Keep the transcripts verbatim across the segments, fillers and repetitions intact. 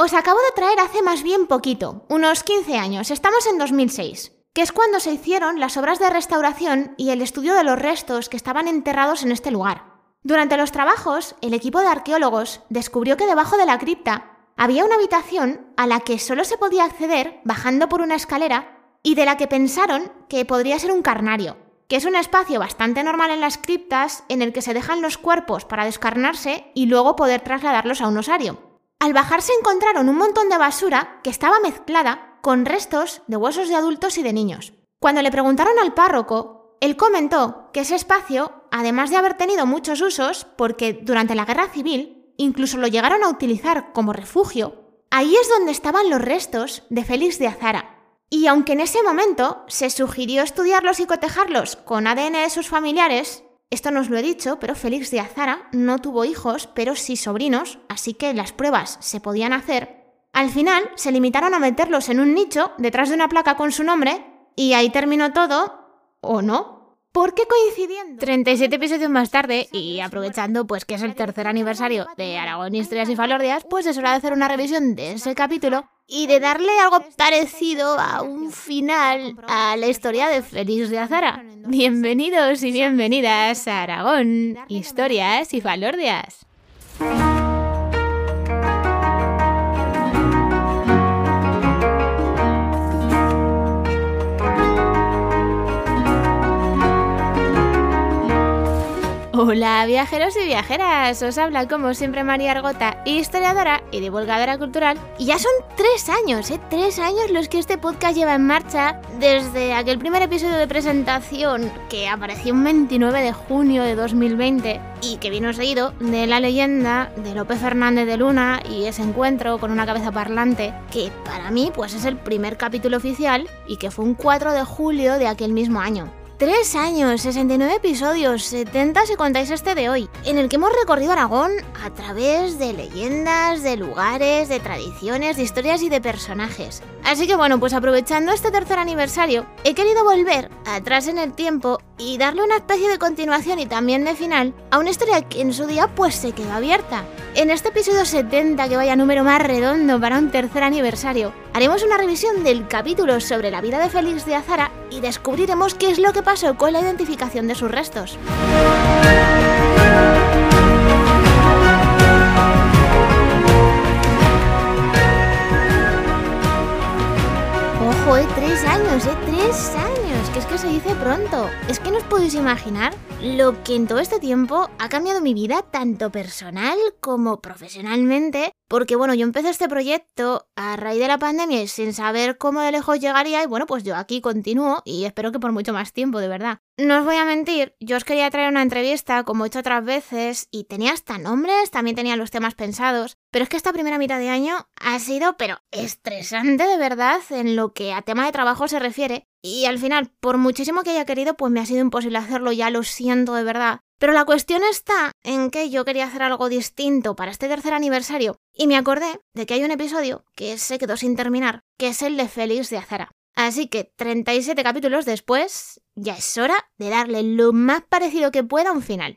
Os acabo de traer hace más bien poquito, unos quince años, estamos en dos mil seis, que es cuando se hicieron las obras de restauración y el estudio de los restos que estaban enterrados en este lugar. Durante los trabajos, el equipo de arqueólogos descubrió que debajo de la cripta había una habitación a la que solo se podía acceder bajando por una escalera y de la que pensaron que podría ser un carnario, que es un espacio bastante normal en las criptas en el que se dejan los cuerpos para descarnarse y luego poder trasladarlos a un osario. Al bajar se encontraron un montón de basura que estaba mezclada con restos de huesos de adultos y de niños. Cuando le preguntaron al párroco, él comentó que ese espacio, además de haber tenido muchos usos, porque durante la Guerra Civil incluso lo llegaron a utilizar como refugio, ahí es donde estaban los restos de Félix de Azara. Y aunque en ese momento se sugirió estudiarlos y cotejarlos con A D N de sus familiares, esto no os lo he dicho, pero Félix de Azara no tuvo hijos, pero sí sobrinos, así que las pruebas se podían hacer. Al final se limitaron a meterlos en un nicho detrás de una placa con su nombre y ahí terminó todo, ¿o no? ¿Por qué coincidiendo? treinta y siete episodios más tarde, y aprovechando pues que es el tercer aniversario de Aragón, Historias y Falordias, pues es hora de hacer una revisión de ese capítulo y de darle algo parecido a un final a la historia de Félix de Azara. Bienvenidos y bienvenidas a Aragón, Historias y Falordias. Hola viajeros y viajeras, os habla como siempre María Argota, historiadora y divulgadora cultural. Y ya son tres años, ¿eh? Tres años los que este podcast lleva en marcha desde aquel primer episodio de presentación que apareció un veintinueve de junio de dos mil veinte y que vino seguido de la leyenda de Lope Fernández de Luna y ese encuentro con una cabeza parlante que para mí pues es el primer capítulo oficial y que fue un cuatro de julio de aquel mismo año. Tres años, sesenta y nueve episodios, setenta si contáis este de hoy, en el que hemos recorrido Aragón a través de leyendas, de lugares, de tradiciones, de historias y de personajes. Así que bueno, pues aprovechando este tercer aniversario, he querido volver atrás en el tiempo y darle una especie de continuación y también de final a una historia que en su día pues se quedó abierta. En este episodio setenta, que vaya número más redondo para un tercer aniversario, haremos una revisión del capítulo sobre la vida de Félix de Azara y descubriremos qué es lo que pasó con la identificación de sus restos. Ojo, eh, tres años, eh, tres años, que es que se dice pronto. Es que no os podéis imaginar lo que en todo este tiempo ha cambiado mi vida, tanto personal como profesionalmente, porque bueno, yo empecé este proyecto a raíz de la pandemia y sin saber cómo de lejos llegaría y bueno, pues yo aquí continúo y espero que por mucho más tiempo, de verdad. No os voy a mentir, yo os quería traer una entrevista como he hecho otras veces y tenía hasta nombres, también tenía los temas pensados, pero es que esta primera mitad de año ha sido, pero estresante de verdad en lo que a tema de trabajo se refiere y al final, por muchísimo que haya querido, pues me ha sido imposible hacerlo, ya lo siento de verdad. Pero la cuestión está en que yo quería hacer algo distinto para este tercer aniversario y me acordé de que hay un episodio que se quedó sin terminar, que es el de Félix de Azara. Así que treinta y siete capítulos después, ya es hora de darle lo más parecido que pueda a un final.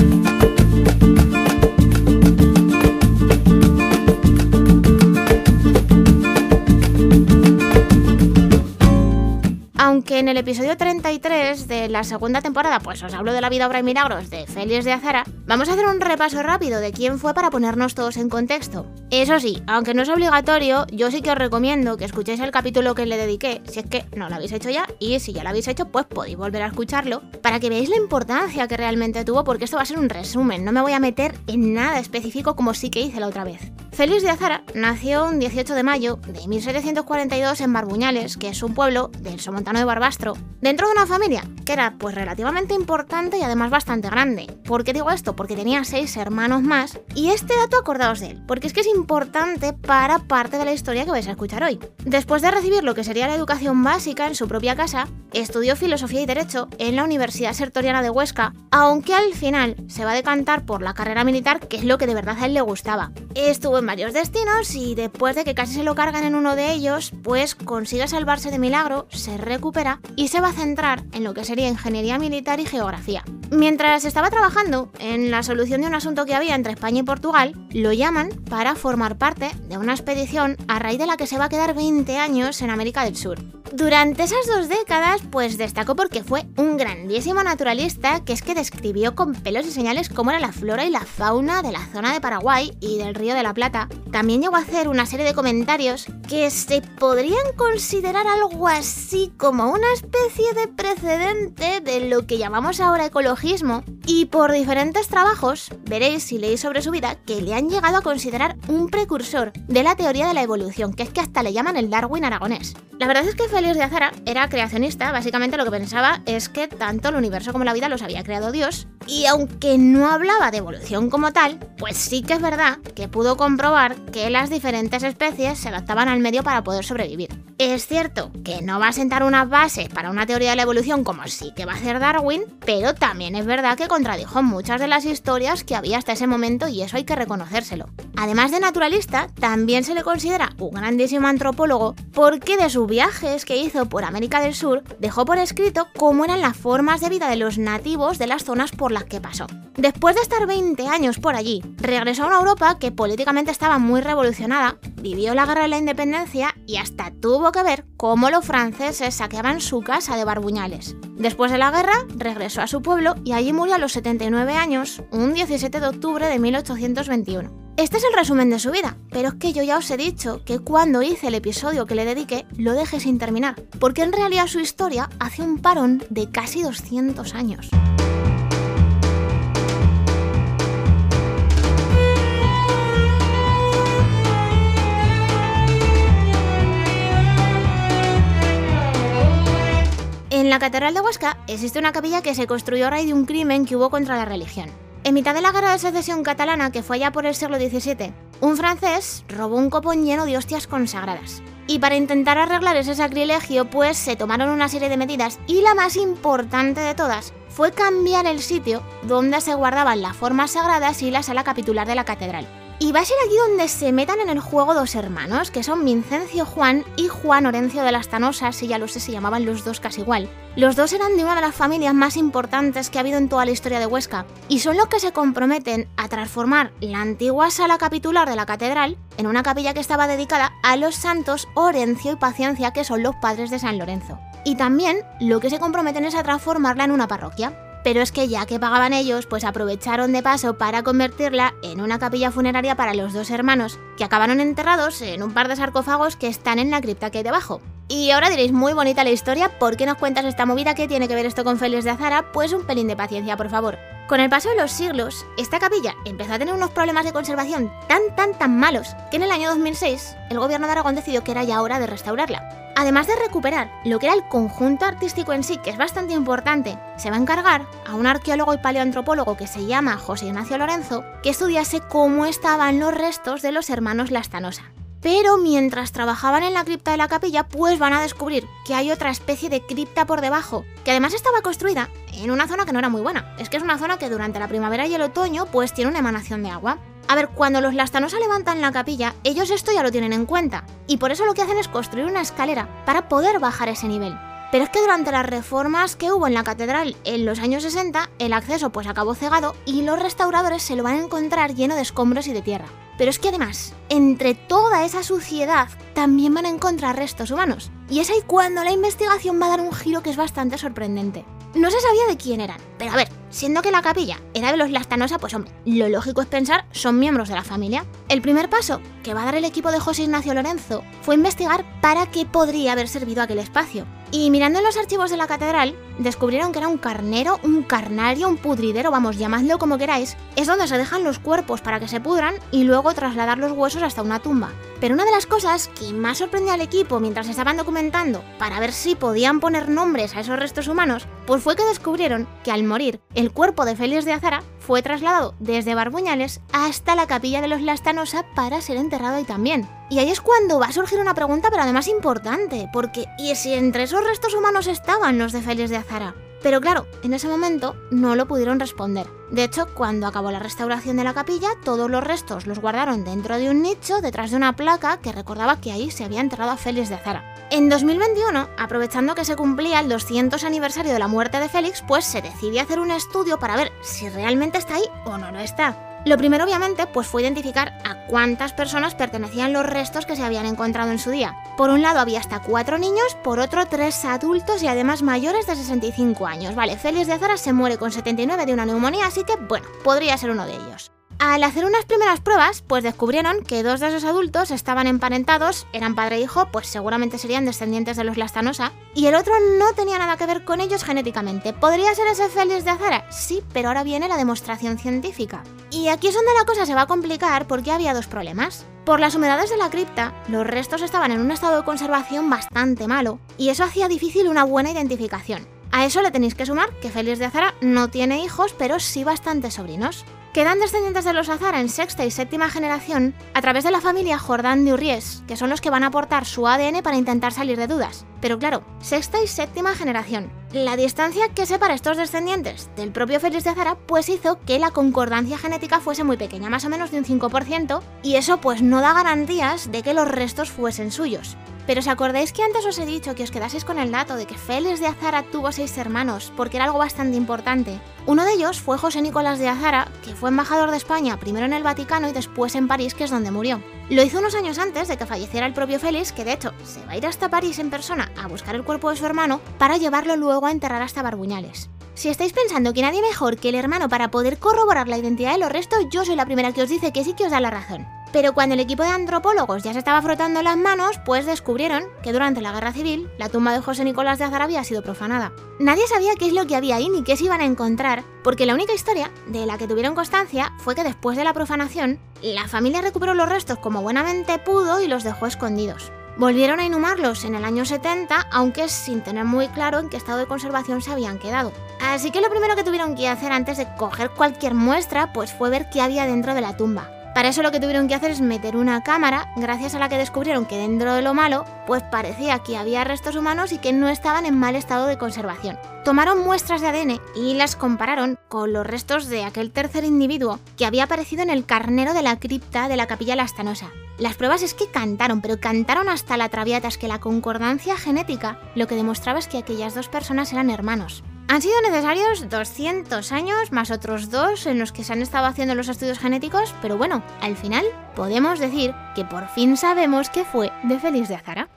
Aunque en el episodio treinta y tres de la segunda temporada pues os hablo de la vida, obra y milagros de Félix de Azara, vamos a hacer un repaso rápido de quién fue para ponernos todos en contexto. Eso sí, aunque no es obligatorio, yo sí que os recomiendo que escuchéis el capítulo que le dediqué, si es que no lo habéis hecho ya, y si ya lo habéis hecho, pues podéis volver a escucharlo, para que veáis la importancia que realmente tuvo, porque esto va a ser un resumen, no me voy a meter en nada específico como sí que hice la otra vez. Félix de Azara nació un dieciocho de mayo de mil setecientos cuarenta y dos en Barbuñales, que es un pueblo del Somontano de Barbastro, dentro de una familia que era pues relativamente importante y además bastante grande. ¿Por qué digo esto? Porque tenía seis hermanos más y este dato acordaos de él, porque es que es importante para parte de la historia que vais a escuchar hoy. Después de recibir lo que sería la educación básica en su propia casa, estudió Filosofía y Derecho en la Universidad Sertoriana de Huesca, aunque al final se va a decantar por la carrera militar, que es lo que de verdad a él le gustaba. Estuvo en varios destinos y después de que casi se lo cargan en uno de ellos, pues consigue salvarse de milagro, se recupera y se va a centrar en lo que sería ingeniería militar y geografía. Mientras estaba trabajando en la solución de un asunto que había entre España y Portugal, lo llaman para formar parte de una expedición a raíz de la que se va a quedar veinte años en América del Sur. Durante esas dos décadas, pues destacó porque fue un grandísimo naturalista que es que describió con pelos y señales cómo era la flora y la fauna de la zona de Paraguay y del Río de la Plata. También llegó a hacer una serie de comentarios que se podrían considerar algo así como una especie de precedente de lo que llamamos ahora ecología. Y por diferentes trabajos, veréis si leéis sobre su vida, que le han llegado a considerar un precursor de la teoría de la evolución, que es que hasta le llaman el Darwin aragonés. La verdad es que Félix de Azara era creacionista, básicamente lo que pensaba es que tanto el universo como la vida los había creado Dios, y aunque no hablaba de evolución como tal, pues sí que es verdad que pudo comprobar que las diferentes especies se adaptaban al medio para poder sobrevivir. Es cierto que no va a sentar unas bases para una teoría de la evolución como sí que va a hacer Darwin, pero también es verdad que contradijo muchas de las historias que había hasta ese momento y eso hay que reconocérselo. Además de naturalista, también se le considera un grandísimo antropólogo porque de sus viajes que hizo por América del Sur dejó por escrito cómo eran las formas de vida de los nativos de las zonas por las que pasó. Después de estar veinte años por allí, regresó a una Europa que políticamente estaba muy revolucionada, vivió la guerra de la independencia y hasta tuvo que ver cómo los franceses saqueaban su casa de Barbuñales. Después de la guerra, regresó a su pueblo y allí murió a los setenta y nueve años, un diecisiete de octubre de mil ochocientos veintiuno. Este es el resumen de su vida, pero es que yo ya os he dicho que cuando hice el episodio que le dediqué, lo dejé sin terminar, porque en realidad su historia hace un parón de casi doscientos años. En la Catedral de Huesca existe una capilla que se construyó a raíz de un crimen que hubo contra la religión. En mitad de la Guerra de Secesión catalana, que fue allá por el siglo diecisiete, un francés robó un copón lleno de hostias consagradas. Y para intentar arreglar ese sacrilegio, pues se tomaron una serie de medidas y la más importante de todas fue cambiar el sitio donde se guardaban las formas sagradas y la sala capitular de la catedral. Y va a ser aquí donde se metan en el juego dos hermanos, que son Vincencio Juan y Juan Orencio de las Tanosas, si ya lo sé, se llamaban los dos casi igual. Los dos eran de una de las familias más importantes que ha habido en toda la historia de Huesca, y son los que se comprometen a transformar la antigua sala capitular de la catedral en una capilla que estaba dedicada a los santos Orencio y Paciencia, que son los padres de San Lorenzo. Y también lo que se comprometen es a transformarla en una parroquia. Pero es que ya que pagaban ellos, pues aprovecharon de paso para convertirla en una capilla funeraria para los dos hermanos, que acabaron enterrados en un par de sarcófagos que están en la cripta que hay debajo. Y ahora diréis, muy bonita la historia, ¿por qué nos cuentas esta movida? ¿Qué tiene que ver esto con Félix de Azara? Pues un pelín de paciencia, por favor. Con el paso de los siglos, esta capilla empezó a tener unos problemas de conservación tan tan tan malos que en el año dos mil seis el gobierno de Aragón decidió que era ya hora de restaurarla. Además de recuperar lo que era el conjunto artístico en sí, que es bastante importante, se va a encargar a un arqueólogo y paleoantropólogo que se llama José Ignacio Lorenzo que estudiase cómo estaban los restos de los hermanos Lastanosa. Pero mientras trabajaban en la cripta de la capilla, pues van a descubrir que hay otra especie de cripta por debajo, que además estaba construida en una zona que no era muy buena. Es que es una zona que durante la primavera y el otoño pues tiene una emanación de agua. A ver, cuando los Lastanosa levantan la capilla, ellos esto ya lo tienen en cuenta, y por eso lo que hacen es construir una escalera para poder bajar ese nivel. Pero es que durante las reformas que hubo en la catedral en los años sesenta, el acceso pues acabó cegado y los restauradores se lo van a encontrar lleno de escombros y de tierra. Pero es que además, entre toda esa suciedad, también van a encontrar restos humanos. Y es ahí cuando la investigación va a dar un giro que es bastante sorprendente. No se sabía de quién eran, pero a ver, siendo que la capilla era de los Lastanosa, pues hombre, lo lógico es pensar son miembros de la familia. El primer paso que va a dar el equipo de José Ignacio Lorenzo fue investigar para qué podría haber servido aquel espacio. Y mirando en los archivos de la catedral, descubrieron que era un carnero, un carnario, un pudridero, vamos, llamadlo como queráis. Es donde se dejan los cuerpos para que se pudran y luego trasladar los huesos hasta una tumba. Pero una de las cosas que más sorprendió al equipo mientras estaban documentando para ver si podían poner nombres a esos restos humanos, pues fue que descubrieron que al morir, el cuerpo de Félix de Azara fue trasladado desde Barbuñales hasta la capilla de los Lastanosa para ser enterrado ahí también. Y ahí es cuando va a surgir una pregunta, pero además importante, porque ¿y si entre esos restos humanos estaban los de Félix de Azara? Pero claro, en ese momento no lo pudieron responder. De hecho, cuando acabó la restauración de la capilla, todos los restos los guardaron dentro de un nicho detrás de una placa que recordaba que ahí se había enterrado a Félix de Azara. En dos mil veintiuno, aprovechando que se cumplía el doscientos aniversario de la muerte de Félix, pues se decidió hacer un estudio para ver si realmente está ahí o no lo está. Lo primero, obviamente, pues fue identificar a cuántas personas pertenecían los restos que se habían encontrado en su día. Por un lado había hasta cuatro niños, por otro tres adultos y además mayores de sesenta y cinco años. Vale, Félix de Azara se muere con setenta y nueve de una neumonía, así que, bueno, podría ser uno de ellos. Al hacer unas primeras pruebas, pues descubrieron que dos de esos adultos estaban emparentados, eran padre e hijo, pues seguramente serían descendientes de los Lastanosa, y el otro no tenía nada que ver con ellos genéticamente. ¿Podría ser ese Félix de Azara? Sí, pero ahora viene la demostración científica. Y aquí es donde la cosa se va a complicar porque había dos problemas. Por las humedades de la cripta, los restos estaban en un estado de conservación bastante malo, y eso hacía difícil una buena identificación. A eso le tenéis que sumar que Félix de Azara no tiene hijos, pero sí bastantes sobrinos. Quedan descendientes de los Azara en sexta y séptima generación a través de la familia Jordán de Urries, que son los que van a aportar su A D N para intentar salir de dudas. Pero claro, sexta y séptima generación. La distancia que separa estos descendientes del propio Félix de Azara pues hizo que la concordancia genética fuese muy pequeña, más o menos de un cinco por ciento, y eso pues no da garantías de que los restos fuesen suyos. Pero ¿os acordáis que antes os he dicho que os quedaseis con el dato de que Félix de Azara tuvo seis hermanos, porque era algo bastante importante? Uno de ellos fue José Nicolás de Azara, que fue embajador de España primero en el Vaticano y después en París, que es donde murió. Lo hizo unos años antes de que falleciera el propio Félix, que de hecho se va a ir hasta París en persona a buscar el cuerpo de su hermano para llevarlo luego a enterrar hasta Barbuñales. Si estáis pensando que nadie mejor que el hermano para poder corroborar la identidad de los restos, yo soy la primera que os dice que sí, que os da la razón. Pero cuando el equipo de antropólogos ya se estaba frotando las manos, pues descubrieron que durante la Guerra Civil la tumba de José Nicolás de Azara había sido profanada. Nadie sabía qué es lo que había ahí ni qué se iban a encontrar, porque la única historia de la que tuvieron constancia fue que después de la profanación, la familia recuperó los restos como buenamente pudo y los dejó escondidos. Volvieron a inhumarlos en el año setenta, aunque sin tener muy claro en qué estado de conservación se habían quedado. Así que lo primero que tuvieron que hacer antes de coger cualquier muestra, pues fue ver qué había dentro de la tumba. Para eso lo que tuvieron que hacer es meter una cámara, gracias a la que descubrieron que dentro de lo malo, pues parecía que había restos humanos y que no estaban en mal estado de conservación. Tomaron muestras de A D N y las compararon con los restos de aquel tercer individuo que había aparecido en el carnero de la cripta de la capilla Lastanosa. Las pruebas es que cantaron, pero cantaron hasta la traviata, es que la concordancia genética lo que demostraba es que aquellas dos personas eran hermanos. Han sido necesarios doscientos años más otros dos en los que se han estado haciendo los estudios genéticos, pero bueno, al final podemos decir que por fin sabemos qué fue de Félix de Azara.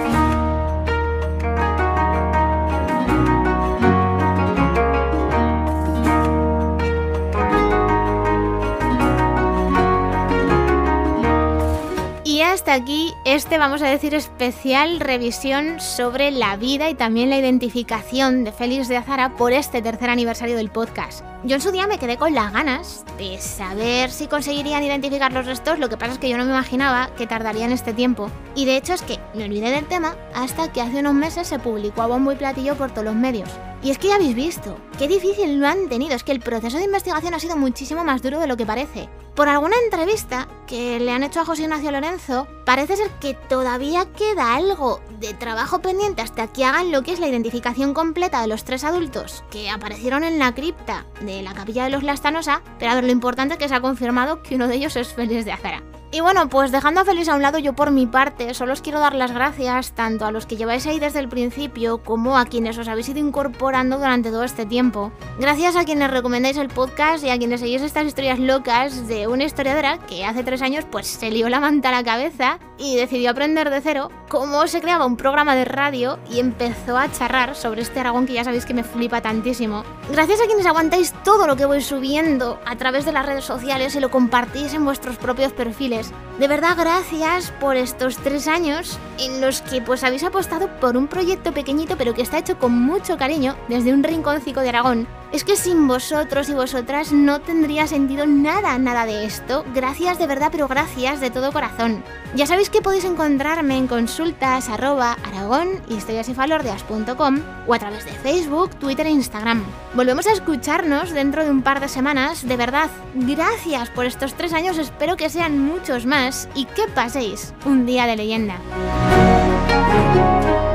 Y hasta aquí este, vamos a decir, especial revisión sobre la vida y también la identificación de Félix de Azara por este tercer aniversario del podcast. Yo en su día me quedé con las ganas de saber si conseguirían identificar los restos, lo que pasa es que yo no me imaginaba que tardarían este tiempo. Y de hecho es que me olvidé del tema hasta que hace unos meses se publicó a bombo y platillo por todos los medios. Y es que ya habéis visto, qué difícil lo han tenido, es que el proceso de investigación ha sido muchísimo más duro de lo que parece. Por alguna entrevista que le han hecho a José Ignacio Lorenzo, parece ser que todavía queda algo de trabajo pendiente hasta que hagan lo que es la identificación completa de los tres adultos que aparecieron en la cripta de la capilla de los Lastanosa, pero a ver, lo importante es que se ha confirmado que uno de ellos es Félix de Azara. Y bueno, pues dejando a Félix a un lado, yo por mi parte solo os quiero dar las gracias tanto a los que lleváis ahí desde el principio como a quienes os habéis ido incorporando durante todo este tiempo. Gracias a quienes recomendáis el podcast y a quienes seguís estas historias locas de una historiadora que hace tres años pues se lió la manta a la cabeza y decidió aprender de cero cómo se creaba un programa de radio y empezó a charrar sobre este Aragón que ya sabéis que me flipa tantísimo. Gracias a quienes aguantáis todo lo que voy subiendo a través de las redes sociales y lo compartís en vuestros propios perfiles. De verdad, gracias por estos tres años en los que pues habéis apostado por un proyecto pequeñito pero que está hecho con mucho cariño desde un rinconcito de Aragón. Es que sin vosotros y vosotras no tendría sentido nada, nada de esto. Gracias de verdad, pero gracias de todo corazón. Ya sabéis que podéis encontrarme en consultas arroba aragón historias y falordias punto com o a través de Facebook, Twitter e Instagram. Volvemos a escucharnos dentro de un par de semanas. De verdad, gracias por estos tres años, espero que sean muchos más y que paséis un día de leyenda.